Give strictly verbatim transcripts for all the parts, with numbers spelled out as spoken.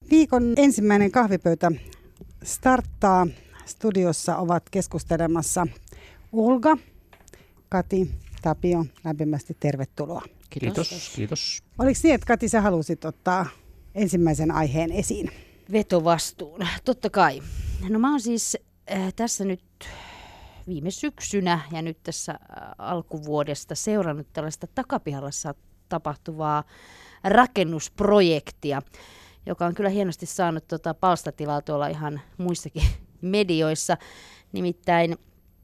Viikon ensimmäinen kahvipöytä starttaa. Studiossa ovat keskustelemassa Olga, Kati, Tapio. Lämpimästi tervetuloa. Kiitos. Kiitos. Kiitos. Oliko niin, että Kati, sä halusit ottaa ensimmäisen aiheen esiin? Vetovastuun, totta kai. No mä oon siis äh, tässä nyt viime syksynä ja nyt tässä äh, alkuvuodesta seurannut tällaista takapihalla tapahtuvaa rakennusprojektia, joka on kyllä hienosti saanut tota palstatilaa tuolla ihan muissakin medioissa. Nimittäin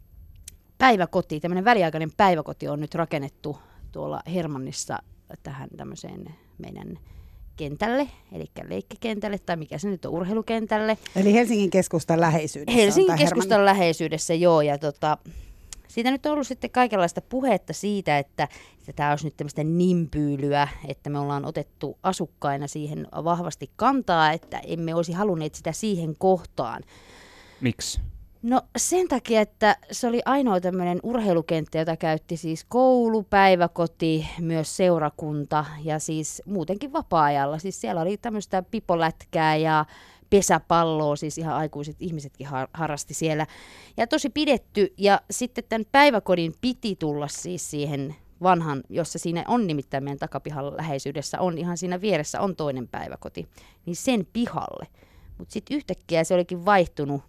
päiväkoti, tämmöinen väliaikainen päiväkoti on nyt rakennettu tuolla Hermannissa tähän tämmöiseen meidän kentälle, eli leikkikentälle, tai mikä se nyt on, urheilukentälle. Eli Helsingin keskustan läheisyydessä. Helsingin keskustan Hermanni. läheisyydessä, joo, ja tota, siitä nyt on ollut sitten kaikenlaista puhetta siitä, että, että tämä olisi nyt tämmöistä nimpyylyä, että me ollaan otettu asukkaina siihen vahvasti kantaa, että emme olisi halunneet sitä siihen kohtaan. Miksi? No sen takia, että se oli ainoa tämmöinen urheilukenttä, jota käytti siis koulu, päiväkoti, myös seurakunta ja siis muutenkin vapaa-ajalla. Siis siellä oli tämmöistä pipolätkää ja pesäpalloa, siis ihan aikuiset ihmisetkin har- harrasti siellä. Ja tosi pidetty, ja sitten tämän päiväkodin piti tulla siis siihen vanhan, jossa siinä on nimittäin meidän takapihan läheisyydessä, on ihan siinä vieressä on toinen päiväkoti, niin sen pihalle. Mutta sitten yhtäkkiä se olikin vaihtunut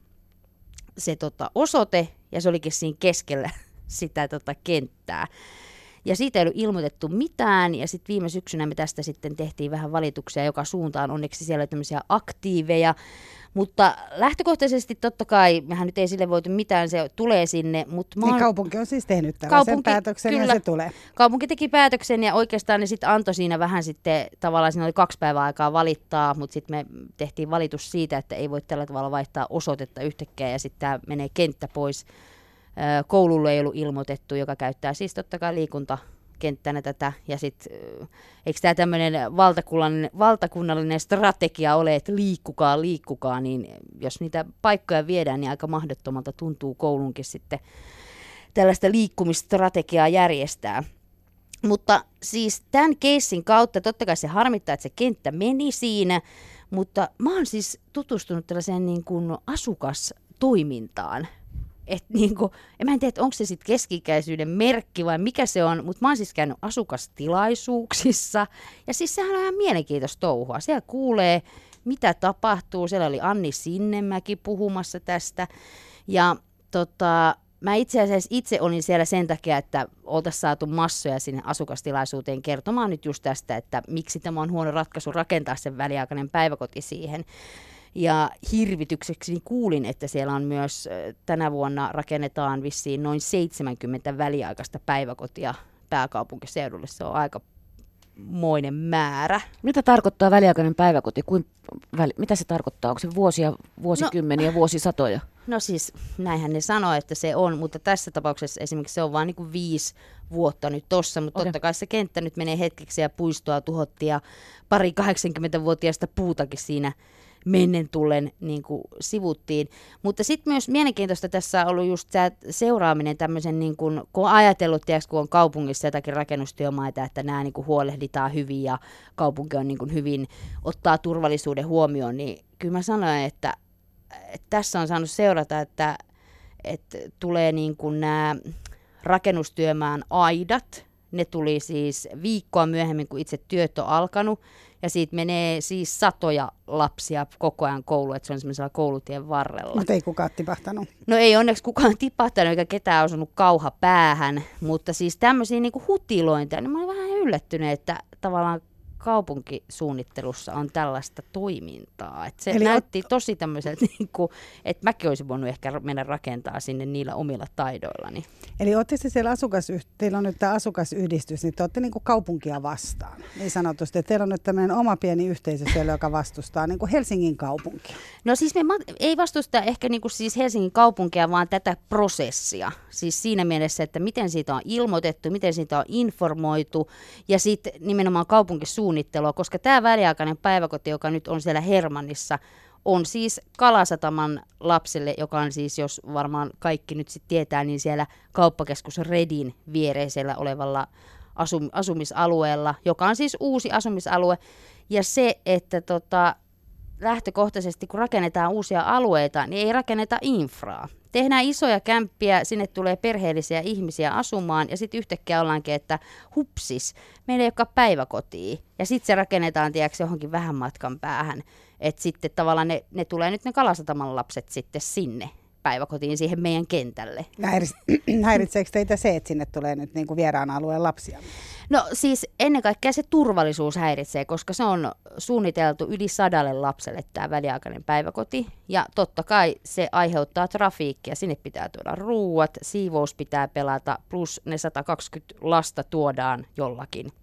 se tota, osoite, ja se olikin siinä keskellä sitä tota, kenttää. Ja siitä ei ollut ilmoitettu mitään, ja sitten viime syksynä me tästä sitten tehtiin vähän valituksia joka suuntaan. Onneksi siellä oli tämmöisiä aktiiveja, mutta lähtökohtaisesti totta kai, mehän nyt ei sille voitu mitään, se tulee sinne. Mutta niin kaupunki on siis tehnyt tällaisen kaupunki, päätöksen, kyllä, ja se tulee. Kaupunki teki päätöksen, ja oikeastaan ne sitten antoi siinä vähän sitten, tavallaan siinä oli kaksi päivää aikaa valittaa, mutta sitten me tehtiin valitus siitä, että ei voi tällä tavalla vaihtaa osoitetta yhtäkkiä, ja sitten tämä menee kenttä pois. Koululle ei ollut ilmoitettu, joka käyttää siis totta kai liikuntakenttänä tätä. Ja sitten, eikö tämä tämmöinen valtakunnallinen, valtakunnallinen strategia ole, että liikkukaa, liikkukaa, niin jos niitä paikkoja viedään, niin aika mahdottomalta tuntuu koulunkin sitten tällaista liikkumistrategiaa järjestää. Mutta siis tämän keissin kautta, totta kai se harmittaa, että se kenttä meni siinä, mutta mä oon siis tutustunut tällaiseen niin kuin asukastoimintaan. Et niinku, en mä en tiedä, onko se sitten keski-ikäisyyden merkki vai mikä se on, mutta mä oon siis käynyt asukastilaisuuksissa. Ja siis sehän on ihan mielenkiintoista touhua. Siellä kuulee, mitä tapahtuu. Siellä oli Anni Sinnemäki puhumassa tästä. Ja tota, mä itse asiassa itse olin siellä sen takia, että oltaisiin saatu massoja sinne asukastilaisuuteen kertomaan nyt just tästä, että miksi tämä on huono ratkaisu rakentaa sen väliaikainen päiväkoti siihen. Ja hirvitykseksi kuulin, että siellä on myös tänä vuonna rakennetaan vissiin noin seitsemänkymmentä väliaikaista päiväkotia pääkaupunkiseudulle. Se on aika moinen määrä. Mitä tarkoittaa väliaikainen päiväkoti? Kuin, väli, mitä se tarkoittaa? Onko se vuosia, vuosikymmeniä, no, vuosisatoja? No siis näinhän ne sanoo, että se on, mutta tässä tapauksessa esimerkiksi se on vain niin kuin viisi vuotta nyt tossa, mutta okay. Totta kai se kenttä nyt menee hetkeksi ja puistoa tuhottiin ja pari kahdeksankymmentävuotiaista puutakin siinä mennen tullen niin kuin sivuttiin. Mutta sitten myös mielenkiintoista tässä on ollut just tämä seuraaminen tämmöisen, niin kuin, kun on ajatellut, tiiäks, kun on kaupungissa jotakin rakennustyömaita, että nämä niin kuin huolehditaan hyvin ja kaupunki on niin kuin hyvin, ottaa turvallisuuden huomioon, niin kyllä mä sanoin, että, että tässä on saanut seurata, että, että tulee niin kuin nämä rakennustyömaan aidat, ne tuli siis viikkoa myöhemmin, kun itse työt on alkanut, ja siitä menee siis satoja lapsia koko ajan kouluun, että se on semmoisella koulutien varrella. Mutta ei kukaan tipahtanut. No ei onneksi kukaan tipahtanut, eikä ketään osunut kauha päähän, mutta siis tämmöisiä niinku hutilointeja, niin mä olin vähän yllättynyt, että tavallaan kaupunkisuunnittelussa on tällaista toimintaa. Et se Eli näytti ot... tosi tämmöiseltä, niinku, että mäkin olisin voinut ehkä mennä rakentaa sinne niillä omilla taidoillani. Eli olette se siellä asukasyh... teillä on nyt tämä asukasyhdistys, niin te olette niinku kaupunkia vastaan. Niin sanotusti, että teillä on nyt tämmöinen oma pieni yhteisö siellä, joka vastustaa niinku Helsingin kaupunkia. No siis me ei vastusta ehkä niinku siis Helsingin kaupunkia, vaan tätä prosessia. Siis siinä mielessä, että miten siitä on ilmoitettu, miten siitä on informoitu ja sitten nimenomaan kaupunkisuunnittelua, koska tämä väliaikainen päiväkoti, joka nyt on siellä Hermannissa, on siis Kalasataman lapselle, joka on siis, jos varmaan kaikki nyt sitten tietää, niin siellä kauppakeskus Redin viereisellä olevalla asum- asumisalueella, joka on siis uusi asumisalue. Ja se, että tota, lähtökohtaisesti, kun rakennetaan uusia alueita, niin ei rakenneta infraa. Tehdään isoja kämppiä, sinne tulee perheellisiä ihmisiä asumaan ja sitten yhtäkkiä ollaankin, että hupsis, meillä ei olekaan päiväkotia. Ja sitten se rakennetaan, tiedätkö, johonkin vähän matkan päähän. Että sitten tavallaan ne, ne tulee nyt ne Kalasataman lapset sitten sinne päiväkotiin siihen meidän kentälle. Häiritseekö teitä se, että sinne tulee nyt niin kuin vieraan alueen lapsia? No siis ennen kaikkea se turvallisuus häiritsee, koska se on suunniteltu yli sadalle lapselle tämä väliaikainen päiväkoti. Ja totta kai se aiheuttaa trafiikkia. Sinne pitää tuoda ruuat, siivous pitää pelata, plus ne sata kaksikymmentä lasta tuodaan jollakin.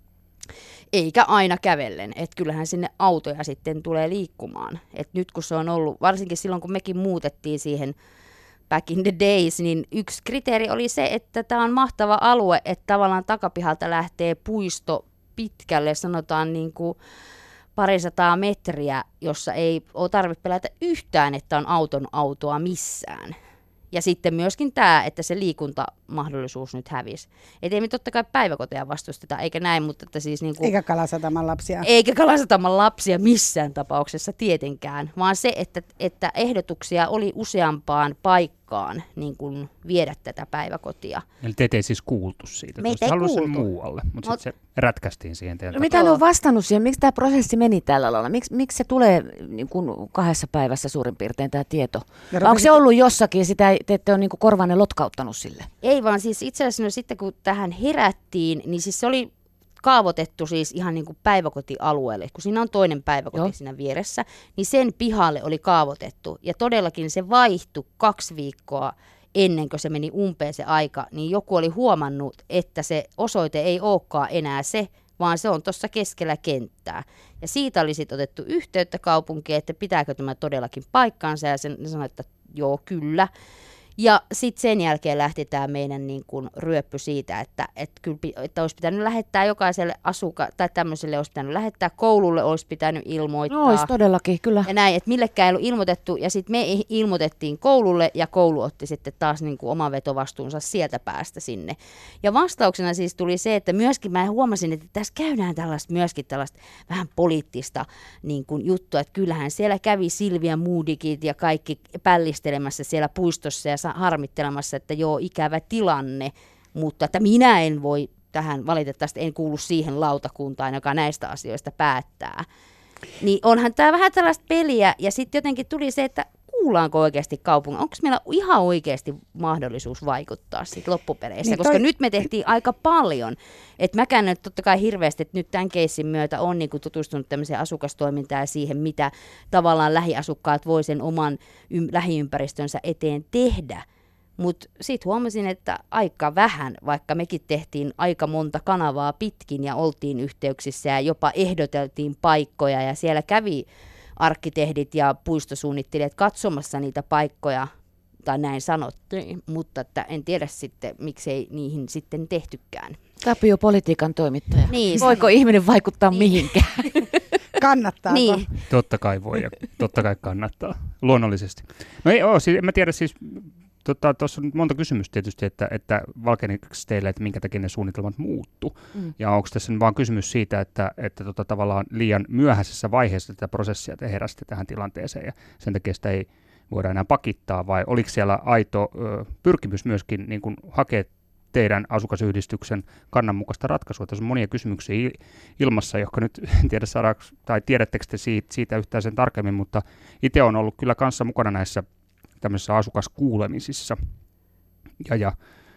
Eikä aina kävellen, että kyllähän sinne autoja sitten tulee liikkumaan. Et nyt kun se on ollut, varsinkin silloin kun mekin muutettiin siihen back in the days, niin yksi kriteeri oli se, että tämä on mahtava alue, että tavallaan takapihalta lähtee puisto pitkälle, sanotaan niin kuin parisataa metriä, jossa ei ole tarvitse pelätä yhtään, että on auton autoa missään. Ja sitten myöskin tämä, että se liikuntamahdollisuus nyt hävisi. Että ei me totta kai päiväkoteja vastusteta, eikä näin, mutta että siis niin kuin, eikä Kalasataman lapsia. Eikä Kalasataman lapsia missään tapauksessa tietenkään, vaan se, että, että ehdotuksia oli useampaan paikkaan niin kuin viedä tätä päiväkotia. Eli teitä ei siis kuultu siitä. Meitä ei kuultu. Muualle, mutta Mut, sitten se rätkästiin siihen teiltä. No, mitä ne on vastannut siihen? Miksi tämä prosessi meni tällä lailla? Miks, miksi se tulee niin kuin kahdessa päivässä suurin piirtein tämä tieto? Ja onko se ollut jossakin, sitä te ette ole niin kuin korvanne lotkauttanut sille? Ei vaan siis itse asiassa no, sitten kun tähän herättiin, niin siis se oli kaavoitettu siis ihan niin kuin päiväkotialueelle, kun siinä on toinen päiväkoti Joo. siinä vieressä, niin sen pihalle oli kaavoitettu. Ja todellakin se vaihtui kaksi viikkoa ennen kuin se meni umpeen se aika, niin joku oli huomannut, että se osoite ei olekaan enää se, vaan se on tuossa keskellä kenttää. Ja siitä oli sitten otettu yhteyttä kaupunkiin, että pitääkö tämä todellakin paikkaansa, ja sen sanoi, että joo, kyllä. Ja sitten sen jälkeen lähti tämä meidän niin kun ryöppy siitä, että, että, kyllä, että olisi pitänyt lähettää jokaiselle asuka tai tämmöiselle olisi pitänyt lähettää, koululle olisi pitänyt ilmoittaa. No olisi todellakin, kyllä. Ja näin, että millekään ei ollut ilmoitettu, ja sitten me ilmoitettiin koululle, ja koulu otti sitten taas niin kuin oman vetovastuunsa sieltä päästä sinne. Ja vastauksena siis tuli se, että myöskin mä huomasin, että tässä käydään tällaista, myöskin tällaista vähän poliittista niin kuin juttua, että kyllähän siellä kävi Silvia Moodigit ja kaikki pällistelemässä siellä puistossa, ja harmittelemassa, että joo, ikävä tilanne, mutta että minä en voi tähän, valitettavasti en kuulu siihen lautakuntaan, joka näistä asioista päättää. Niin onhan tämä vähän tällaista peliä, ja sitten jotenkin tuli se, että kuullaanko oikeasti kaupungin, onko meillä ihan oikeasti mahdollisuus vaikuttaa sitten loppupeleissä, niin toi... koska nyt me tehtiin aika paljon, että mäkään nyt totta kai hirveästi, että nyt tämän keissin myötä on niinku tutustunut tämmöiseen asukastoimintaan ja siihen, mitä tavallaan lähiasukkaat voi sen oman ym- lähiympäristönsä eteen tehdä. Mutta sitten huomasin, että aika vähän, vaikka mekin tehtiin aika monta kanavaa pitkin ja oltiin yhteyksissä ja jopa ehdoteltiin paikkoja ja siellä kävi arkkitehdit ja puistosuunnittelijat katsomassa niitä paikkoja, tai näin sanottiin, mutta että en tiedä sitten, miksei niihin sitten tehtykään. Tapio, politiikan toimittaja. Niin, voiko ihminen vaikuttaa niin. mihinkään? Kannattaako? Niin. Totta kai voi ja totta kai kannattaa, luonnollisesti. No ei ole, siis, en mä tiedä siis... Tuossa tota, on monta kysymystä tietysti, että, että valkeneeko teille, että minkä takia ne suunnitelmat muuttu. Mm. Ja onko tässä vaan kysymys siitä, että, että tota, tavallaan liian myöhäisessä vaiheessa tätä prosessia te heräsitte tähän tilanteeseen ja sen takia sitä ei voida enää pakittaa, vai oliko siellä aito ö, pyrkimys myöskin niin kuin hakea teidän asukasyhdistyksen kannanmukaista ratkaisua? Tässä on monia kysymyksiä ilmassa, jotka nyt en tiedä saadaanko, tai tiedättekö te siitä, siitä yhtään sen tarkemmin, mutta itse on ollut kyllä kanssa mukana näissä tämmöisissä asukaskuulemisissa. Ja, ja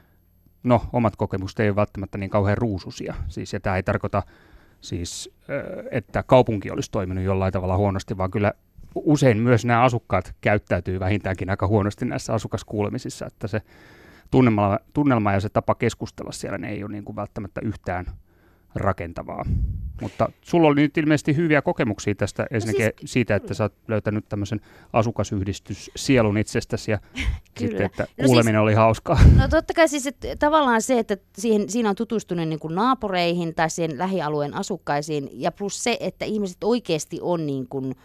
no, omat kokemukset ei ole välttämättä niin kauhean ruusuisia. Siis, ja tämä ei tarkoita siis, että kaupunki olisi toiminut jollain tavalla huonosti, vaan kyllä usein myös nämä asukkaat käyttäytyy vähintäänkin aika huonosti näissä asukaskuulemisissa, että se tunnelma, tunnelma ja se tapa keskustella siellä ne ei ole niin kuin välttämättä yhtään rakentavaa. Mutta sulla oli nyt ilmeisesti hyviä kokemuksia tästä ensinnäkin no siis, siitä, että sä oot löytänyt tämmöisen asukasyhdistyssielun itsestäsi ja sitten, että kuuleminen no siis, oli hauskaa. No totta kai siis että tavallaan se, että siihen, siinä on tutustunut niin kuin naapureihin tai siihen lähialueen asukkaisiin ja plus se, että ihmiset oikeasti on niin kuin,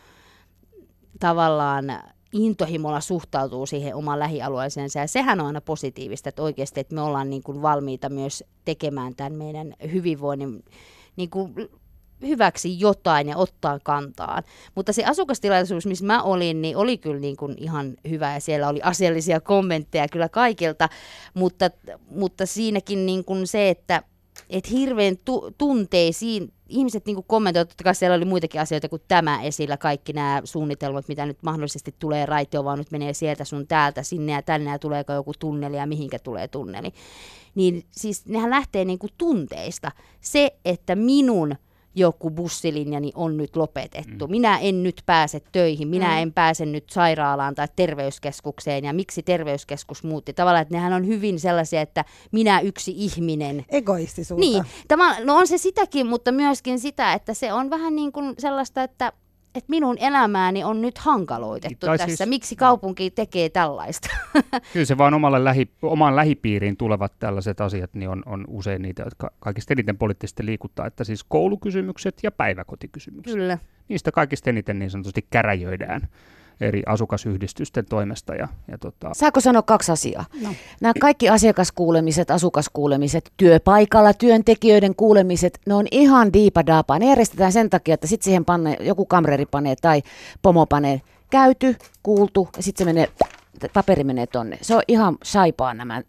tavallaan intohimolla suhtautuu siihen omaan lähialueeseensa ja sehän on aina positiivista, että oikeasti että me ollaan niin kuin valmiita myös tekemään tämän meidän hyvinvoinnin niin kuin hyväksi jotain ja ottaa kantaan. Mutta se asukastilaisuus, missä mä olin, niin oli kyllä niin kuin ihan hyvä ja siellä oli asiallisia kommentteja kyllä kaikilta, mutta, mutta siinäkin niin kuin se, että et hirveän tu- tunteisiin ihmiset niin kuin kommentoivat, totta kai siellä oli muitakin asioita kuin tämä esillä, kaikki nämä suunnitelmat, mitä nyt mahdollisesti tulee, raitio vaan nyt menee sieltä sun täältä sinne ja tänne ja tuleeko joku tunneli ja mihinkä tulee tunneli. Niin siis nehän lähtee niin kuin tunteista. Se, että minun joku bussilinjani on nyt lopetettu. Mm. Minä en nyt pääse töihin, minä mm. en pääse nyt sairaalaan tai terveyskeskukseen ja miksi terveyskeskus muutti. Tavallaan, että nehän on hyvin sellaisia, että minä yksi ihminen. Egoistisuutta. Niin, tämä, no on se sitäkin, mutta myöskin sitä, että se on vähän niin kuin sellaista, että että minun elämääni on nyt hankaloitettu tai tässä. siis, Miksi kaupunki tekee tällaista? Kyllä se vaan omalle lähi, omaan lähipiiriin tulevat tällaiset asiat, niin on, on usein niitä, jotka kaikista eniten poliittisesti liikuttaa, että siis koulukysymykset ja päiväkotikysymykset. Kyllä. Niistä kaikista eniten niin sanotusti käräjöidään eri asukasyhdistysten toimesta. Ja, ja tota... Saako sanoa kaksi asiaa? No. Nämä kaikki asiakaskuulemiset, asukaskuulemiset, työpaikalla, työntekijöiden kuulemiset, ne on ihan diipadaapaa. Ne järjestetään sen takia, että sitten siihen panee, joku kamreri panee tai pomo panee käyty, kuultu ja sitten se menee, paperi menee tonne. Se on ihan saipaa nämä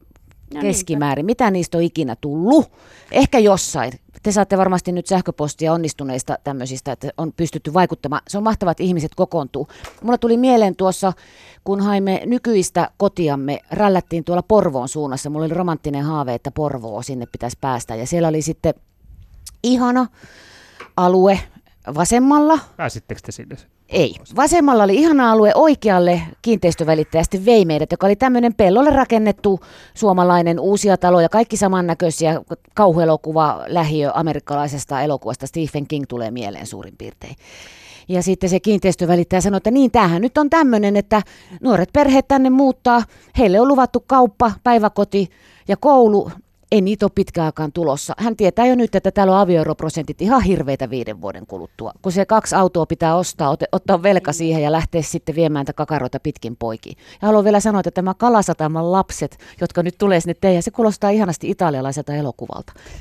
no keskimäärin. Mitä niistä on ikinä tullut? Ehkä jossain. Te saatte varmasti nyt sähköpostia onnistuneista tämmöisistä, että on pystytty vaikuttamaan. Se on mahtavaa, että ihmiset kokoontuu. Mulla tuli mieleen tuossa, kun haimme nykyistä kotiamme, rällättiin tuolla Porvoon suunnassa. Mulla oli romanttinen haave, että Porvoo sinne pitäisi päästä. Ja siellä oli sitten ihana alue vasemmalla. Pääsittekö te sinne? Ei. Vasemmalla oli ihana alue, oikealle kiinteistövälittäjä sitten vei meidät, joka oli tämmöinen pellolle rakennettu suomalainen uusia taloja, kaikki samannäköisiä, kauhuelokuva, lähiö amerikkalaisesta elokuvasta, Stephen King tulee mieleen suurin piirtein. Ja sitten se kiinteistövälittäjä sanoi, että niin, tämähän nyt on tämmöinen, että nuoret perheet tänne muuttaa, heille on luvattu kauppa, päiväkoti ja koulu. Ei niitä ole pitkäaikaan tulossa. Hän tietää jo nyt, että täällä on avioeroprosentit ihan hirveitä viiden vuoden kuluttua. Kun se kaksi autoa pitää ostaa, ot- ottaa velka siihen ja lähteä sitten viemään niitä kakaroita pitkin poikiin. Ja haluan vielä sanoa, että tämä Kalasataman lapset, jotka nyt tulee sinne teidän, se kuulostaa ihanasti italialaiselta elokuvalta.